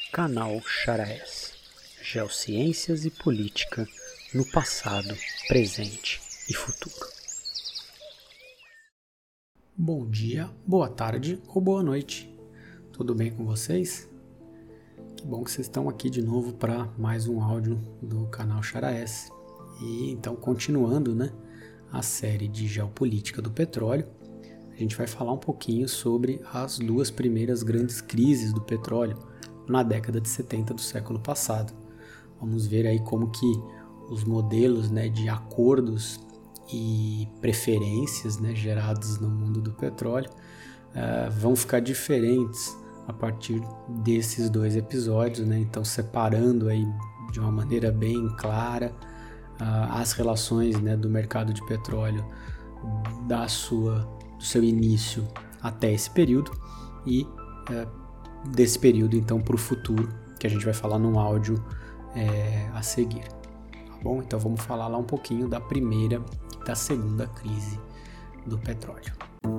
Canal Xaraes. Geociências e política no passado, presente e futuro. Bom dia, boa tarde ou boa noite. Tudo bem com vocês? Que bom que vocês estão aqui de novo para mais um áudio do canal Xaraes. E então, continuando, a série de geopolítica do petróleo, a gente vai falar um pouquinho sobre as duas primeiras grandes crises do petróleo na década de 70 do século passado. Vamos ver aí como que os modelos de acordos e preferências gerados no mundo do petróleo vão ficar diferentes a partir desses dois episódios, então separando aí de uma maneira bem clara as relações do mercado de petróleo do seu início até esse período e desse período então para o futuro, que a gente vai falar num áudio a seguir. Tá bom? Então vamos falar lá um pouquinho da primeira e da segunda crise do petróleo.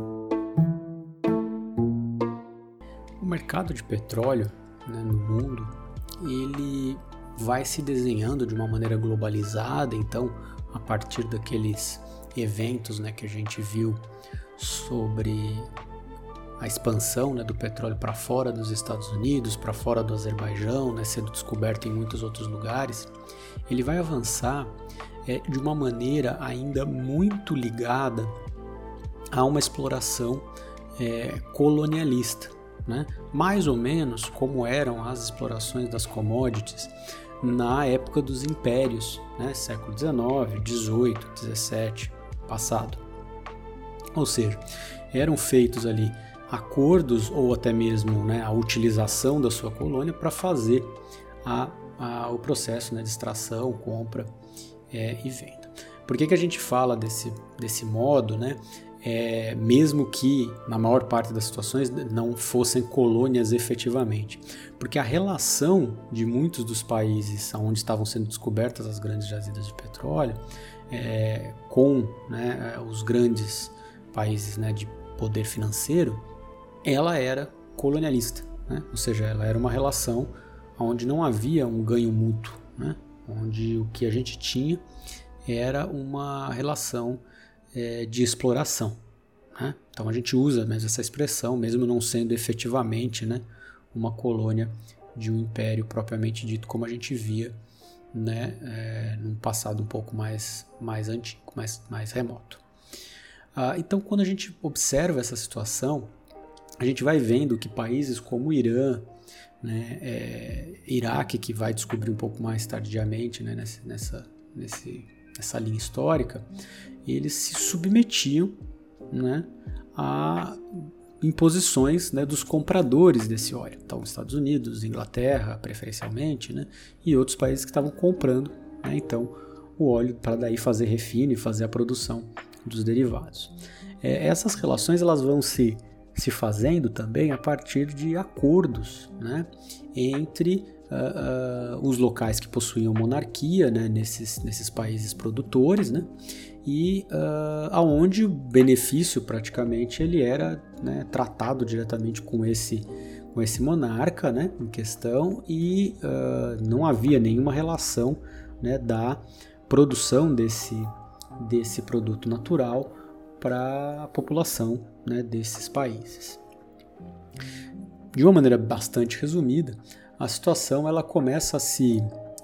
O mercado de petróleo no mundo, ele vai se desenhando de uma maneira globalizada, então a partir daqueles eventos que a gente viu sobre a expansão do petróleo para fora dos Estados Unidos, para fora do Azerbaijão, sendo descoberto em muitos outros lugares, ele vai avançar de uma maneira ainda muito ligada a uma exploração colonialista, mais ou menos como eram as explorações das commodities na época dos impérios, século XIX, XVIII, XVII, passado. Ou seja, eram feitos ali acordos ou até mesmo a utilização da sua colônia para fazer o processo de extração, compra e venda. Por que a gente fala desse modo, mesmo que na maior parte das situações não fossem colônias efetivamente? Porque a relação de muitos dos países onde estavam sendo descobertas as grandes jazidas de petróleo com os grandes países de poder financeiro, ela era colonialista, ou seja, ela era uma relação onde não havia um ganho mútuo, onde o que a gente tinha era uma relação de exploração. Então a gente usa mesmo essa expressão, mesmo não sendo efetivamente uma colônia de um império propriamente dito, como a gente via num passado um pouco mais antigo, mais remoto. Então, quando a gente observa essa situação, a gente vai vendo que países como o Irã, Iraque, que vai descobrir um pouco mais tardiamente nessa linha histórica, eles se submetiam a imposições dos compradores desse óleo. Então, Estados Unidos, Inglaterra, preferencialmente, e outros países que estavam comprando, então, o óleo para daí fazer refino e fazer a produção dos derivados. Essas relações elas vão se fazendo também a partir de acordos entre os locais que possuíam monarquia nesses países produtores, e aonde o benefício praticamente ele era tratado diretamente com esse monarca em questão, e não havia nenhuma relação da produção desse produto natural para a população desses países. De uma maneira bastante resumida, a situação ela começa a se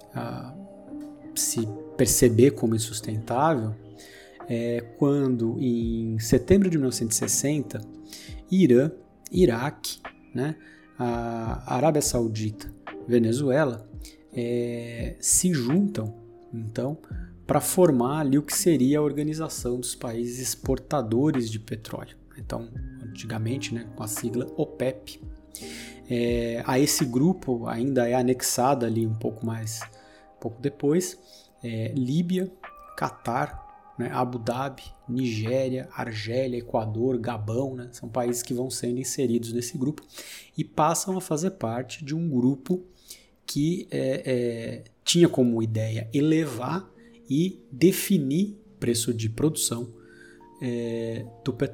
perceber como insustentável quando, em setembro de 1960, Irã, Iraque, a Arábia Saudita, Venezuela se juntam, então, para formar ali o que seria a Organização dos Países Exportadores de Petróleo. Então, antigamente, com a sigla OPEP. A esse grupo ainda é anexada ali um pouco depois, Líbia, Catar, Abu Dhabi, Nigéria, Argélia, Equador, Gabão, são países que vão sendo inseridos nesse grupo e passam a fazer parte de um grupo que tinha como ideia elevar e definir o preço de produção do petróleo.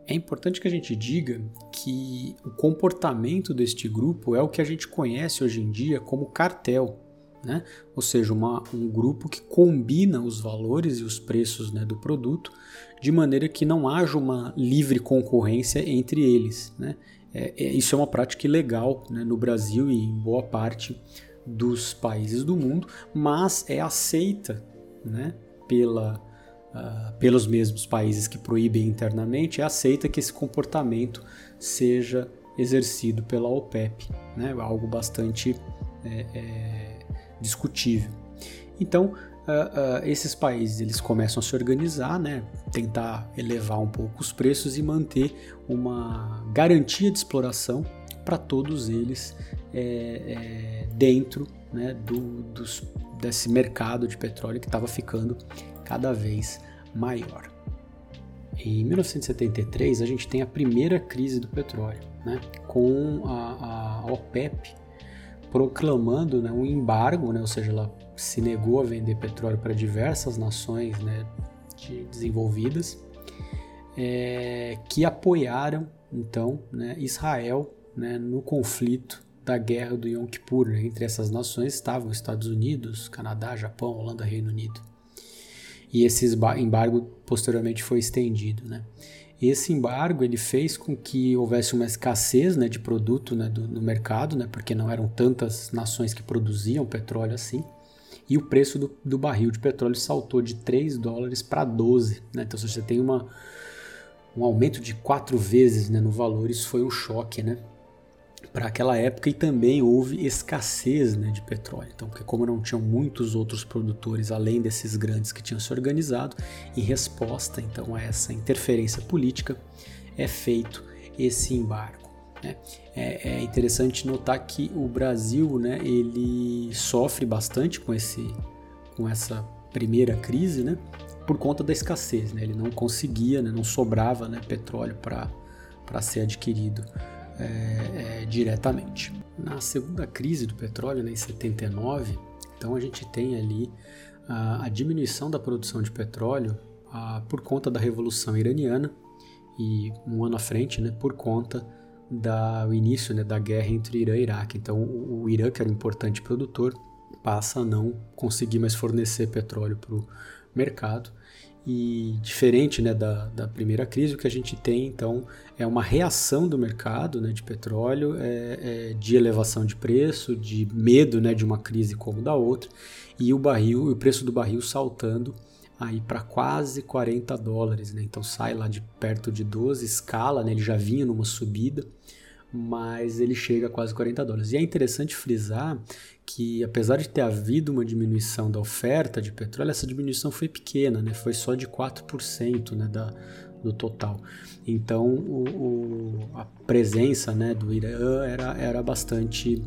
É importante que a gente diga que o comportamento deste grupo é o que a gente conhece hoje em dia como cartel, né? Ou seja, um grupo que combina os valores e os preços, né, do produto de maneira que não haja uma livre concorrência entre eles, né? Isso é uma prática ilegal, né, no Brasil e em boa parte dos países do mundo, mas é aceita, né, pelos mesmos países que proíbem internamente, aceita que esse comportamento seja exercido pela OPEP, né? Algo bastante discutível. Então, esses países eles começam a se organizar, né? Tentar elevar um pouco os preços e manter uma garantia de exploração para todos eles dentro, né, desse mercado de petróleo que estava ficando cada vez maior. Em 1973, a gente tem a primeira crise do petróleo, né, com a OPEP proclamando, né, um embargo, né, ou seja, ela se negou a vender petróleo para diversas nações, né, desenvolvidas, que apoiaram, então, né, Israel, né, no conflito da Guerra do Yom Kippur. Né? Entre essas nações estavam os Estados Unidos, Canadá, Japão, Holanda, Reino Unido. E esse embargo posteriormente foi estendido, né? Esse embargo ele fez com que houvesse uma escassez, né, de produto, né, no mercado, né, porque não eram tantas nações que produziam petróleo assim, e o preço do barril de petróleo saltou de $3 para 12. Né? Então, se você tem um aumento de 4 vezes, né, no valor, isso foi um choque, né, para aquela época, e também houve escassez, né, de petróleo. Então, porque como não tinham muitos outros produtores além desses grandes que tinham se organizado, em resposta então a essa interferência política é feito esse embargo, né? É interessante notar que o Brasil, né, ele sofre bastante com essa primeira crise, né, por conta da escassez, né? Ele não conseguia, né, não sobrava, né, petróleo para ser adquirido diretamente. Na segunda crise do petróleo, né, em 79, então a gente tem ali a diminuição da produção de petróleo por conta da Revolução Iraniana e um ano à frente, né, por conta do início, né, da guerra entre Irã e Iraque. Então o Irã, que era um importante produtor, passa a não conseguir mais fornecer petróleo para o mercado. E diferente, né, da primeira crise, o que a gente tem então é uma reação do mercado, né, de petróleo, de elevação de preço, de medo, né, de uma crise como da outra, e o preço do barril saltando aí para quase $40, né? Então sai lá de perto de 12, escala, né, ele já vinha numa subida, mas ele chega a quase $40. E é interessante frisar que, apesar de ter havido uma diminuição da oferta de petróleo, essa diminuição foi pequena, né? Foi só de 4%, né, do total. Então, a presença, né, do Irã era bastante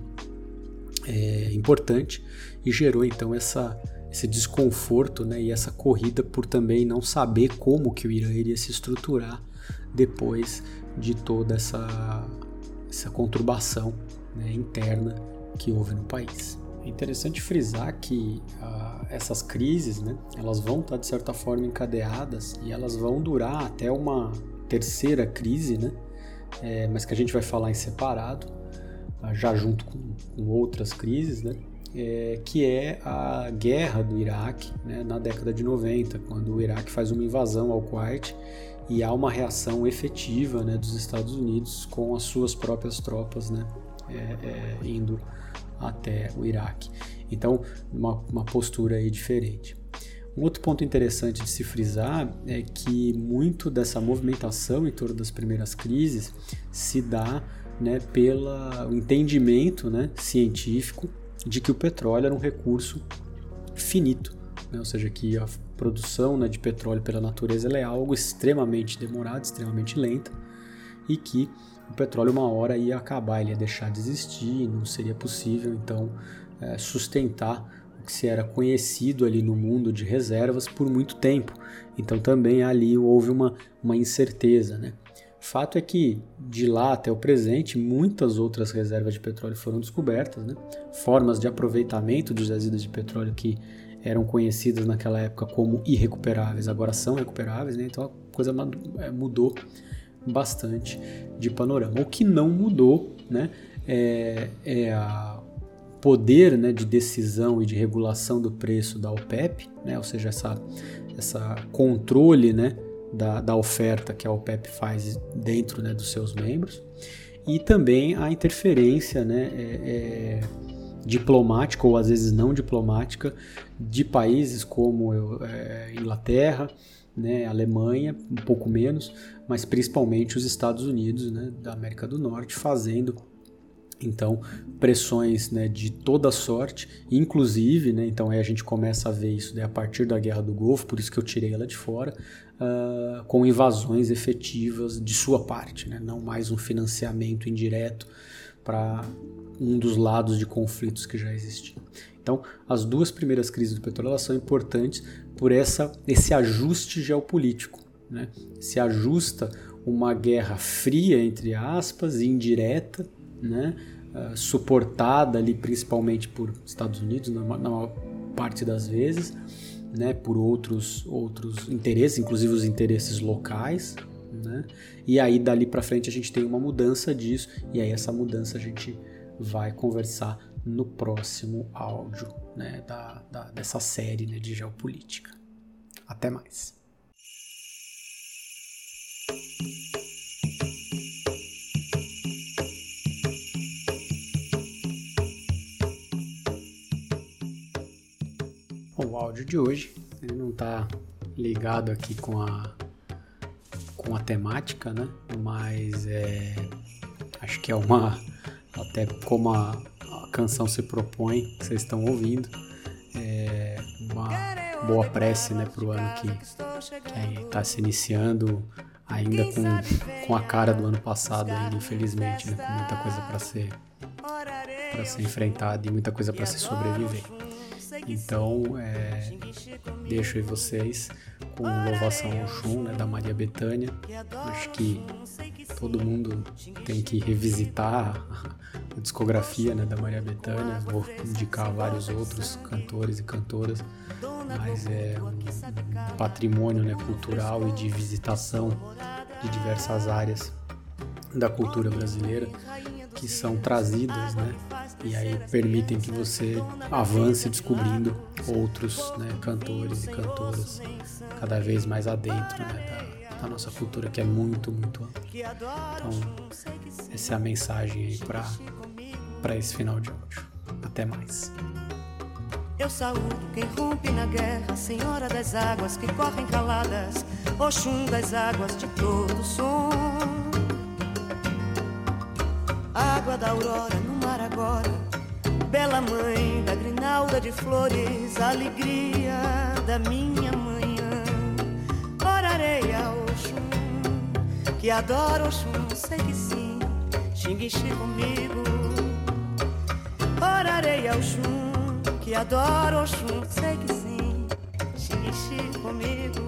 importante e gerou, então, esse desconforto, né, e essa corrida por também não saber como que o Irã iria se estruturar depois de toda essa conturbação, né, interna que houve no país. É interessante frisar que essas crises, né, elas vão estar de certa forma encadeadas e elas vão durar até uma terceira crise, né, mas que a gente vai falar em separado, já junto com outras crises, né, que é a guerra do Iraque, né, na década de 90, quando o Iraque faz uma invasão ao Kuwait e há uma reação efetiva, né, dos Estados Unidos com as suas próprias tropas, né, indo até o Iraque. Então, uma postura aí diferente. Um outro ponto interessante de se frisar é que muito dessa movimentação em torno das primeiras crises se dá, né, pelo entendimento, né, científico de que o petróleo era um recurso finito, né, ou seja, que a produção, né, de petróleo pela natureza ela é algo extremamente demorado, extremamente lenta, e que o petróleo uma hora ia acabar, ele ia deixar de existir, não seria possível então sustentar o que se era conhecido ali no mundo de reservas por muito tempo. Então também ali houve uma incerteza, né? Fato é que de lá até o presente muitas outras reservas de petróleo foram descobertas, né? Formas de aproveitamento dos jazidas de petróleo que eram conhecidas naquela época como irrecuperáveis, agora são recuperáveis, né? Então a coisa mudou bastante de panorama. O que não mudou, né, é a poder, né, de decisão e de regulação do preço da OPEP, né, ou seja, essa controle, né, da oferta que a OPEP faz dentro, né, dos seus membros, e também a interferência, né, diplomática ou às vezes não diplomática de países como Inglaterra, né, Alemanha, um pouco menos, mas principalmente os Estados Unidos, né, da América do Norte, fazendo então pressões, né, de toda sorte, inclusive, né, então aí a gente começa a ver isso, né, a partir da Guerra do Golfo, por isso que eu tirei ela de fora, com invasões efetivas de sua parte, né, não mais um financiamento indireto para um dos lados de conflitos que já existiam. Então, as duas primeiras crises do petróleo elas são importantes por esse ajuste geopolítico, né? Se ajusta uma guerra fria, entre aspas, indireta, né? Suportada ali principalmente por Estados Unidos, na maior parte das vezes, né? Por outros interesses, inclusive os interesses locais, né? E aí dali para frente a gente tem uma mudança disso, e aí essa mudança a gente vai conversar no próximo áudio, né, dessa série, né, de geopolítica. Até mais. Bom, o áudio de hoje ele não está ligado aqui com a temática, né, mas acho que é até como a canção se propõe, que vocês estão ouvindo, uma boa prece, né, para o ano que está se iniciando, ainda com a cara do ano passado, ainda, infelizmente, né, com muita coisa para ser enfrentada e muita coisa para se sobreviver. Então, deixo aí vocês com louvação ao Oxum, né, da Maria Bethânia. Acho que todo mundo tem que revisitar a discografia, né, da Maria Bethânia. Vou indicar vários outros cantores e cantoras, mas é um patrimônio, né, cultural e de visitação de diversas áreas da cultura brasileira que são trazidas, né, e aí permitem que você avance descobrindo outros, né, cantores e cantoras cada vez mais adentro, né, da nossa cultura, que é muito, muito ampla. Então, essa é a mensagem aí para esse final de áudio. Até mais. Eu saúdo quem rompe na guerra, Senhora das águas que correm caladas, Oxum das águas de todo som. Água da aurora no mar agora, bela mãe da grinalda de flores, alegria da minha manhã. Orarei a Oxum, que adoro Oxum, sei que sim, xinguixi comigo. Orarei a Oxum, que adoro Oxum, sei que sim, xinguixi comigo.